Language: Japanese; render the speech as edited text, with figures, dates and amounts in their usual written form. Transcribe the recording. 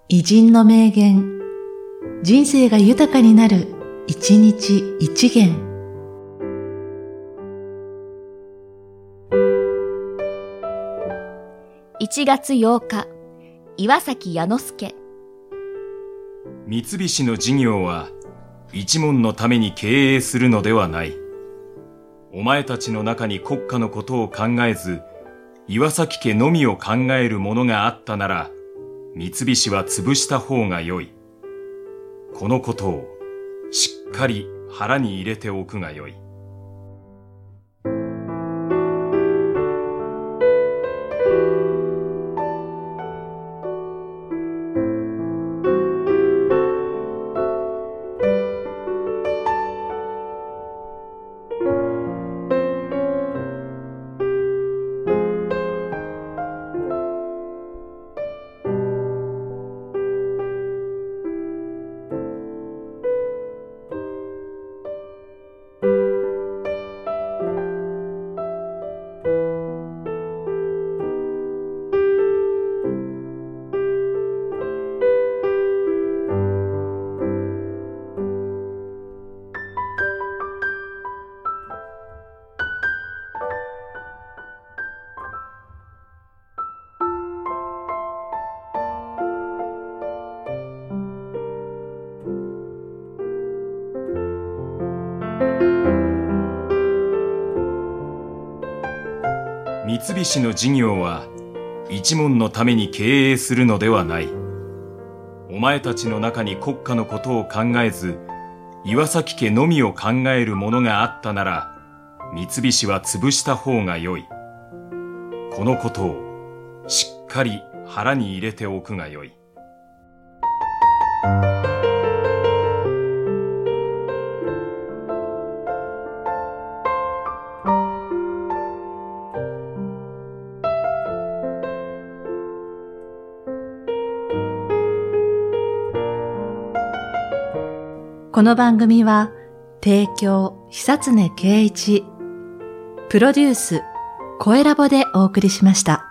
偉人の名言、人生が豊かになる、一日一元。 1月8日、岩崎彌之助。 三菱の事業は一門のために経営するのではない。お前たちの中に国家のことを考えず、岩崎家のみを考えるものがあったなら、三菱は潰した方がよい。このことをしっかり腹に入れておくがよい。三菱の事業は一門のために経営するのではない。お前たちの中に国家のことを考えず、岩崎家のみを考えるものがあったなら、三菱は潰した方がよい。このことをしっかり腹に入れておくがよい。 この番組は提供久常圭一、プロデュース声ラボでお送りしました。